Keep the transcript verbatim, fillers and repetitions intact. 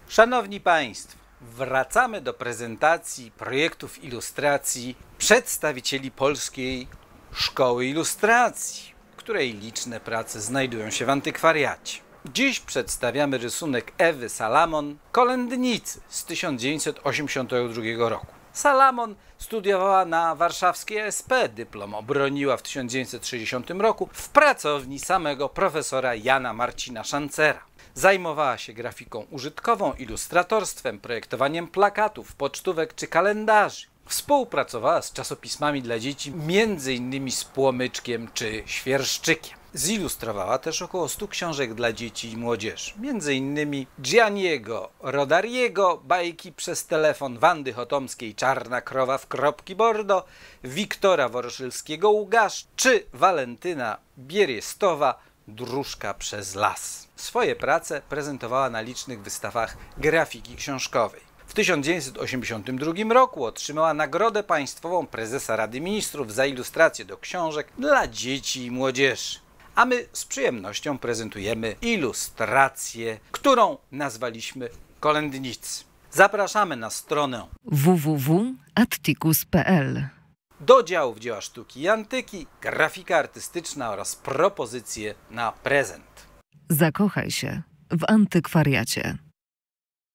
Szanowni Państwo, wracamy do prezentacji projektów ilustracji przedstawicieli Polskiej Szkoły Ilustracji, której liczne prace znajdują się w antykwariacie. Dziś przedstawiamy rysunek Ewy Salamon, kolędnicy z tysiąc dziewięćset osiemdziesiątego drugiego roku. Salamon studiowała na warszawskiej A S P, dyplom obroniła w tysiąc dziewięćset sześćdziesiątym roku w pracowni samego profesora Jana Marcina Szancera. Zajmowała się grafiką użytkową, ilustratorstwem, projektowaniem plakatów, pocztówek czy kalendarzy. Współpracowała z czasopismami dla dzieci, między innymi z Płomyczkiem czy Świerszczykiem. Zilustrowała też około stu książek dla dzieci i młodzieży, między innymi Gianniego Rodariego, bajki przez telefon Wandy Chotomskiej Czarna krowa w kropki bordo, Wiktora Woroszylskiego Ługasz czy Walentyna Bieriestowa Dróżka przez las. Swoje prace prezentowała na licznych wystawach grafiki książkowej. W tysiąc dziewięćset osiemdziesiątym drugim roku otrzymała Nagrodę Państwową Prezesa Rady Ministrów za ilustracje do książek dla dzieci i młodzieży. A my z przyjemnością prezentujemy ilustrację, którą nazwaliśmy Kolędnicy. Zapraszamy na stronę w w w kropka atticus kropka p l. do działów dzieła sztuki i antyki, grafika artystyczna oraz propozycje na prezent. Zakochaj się w antykwariacie.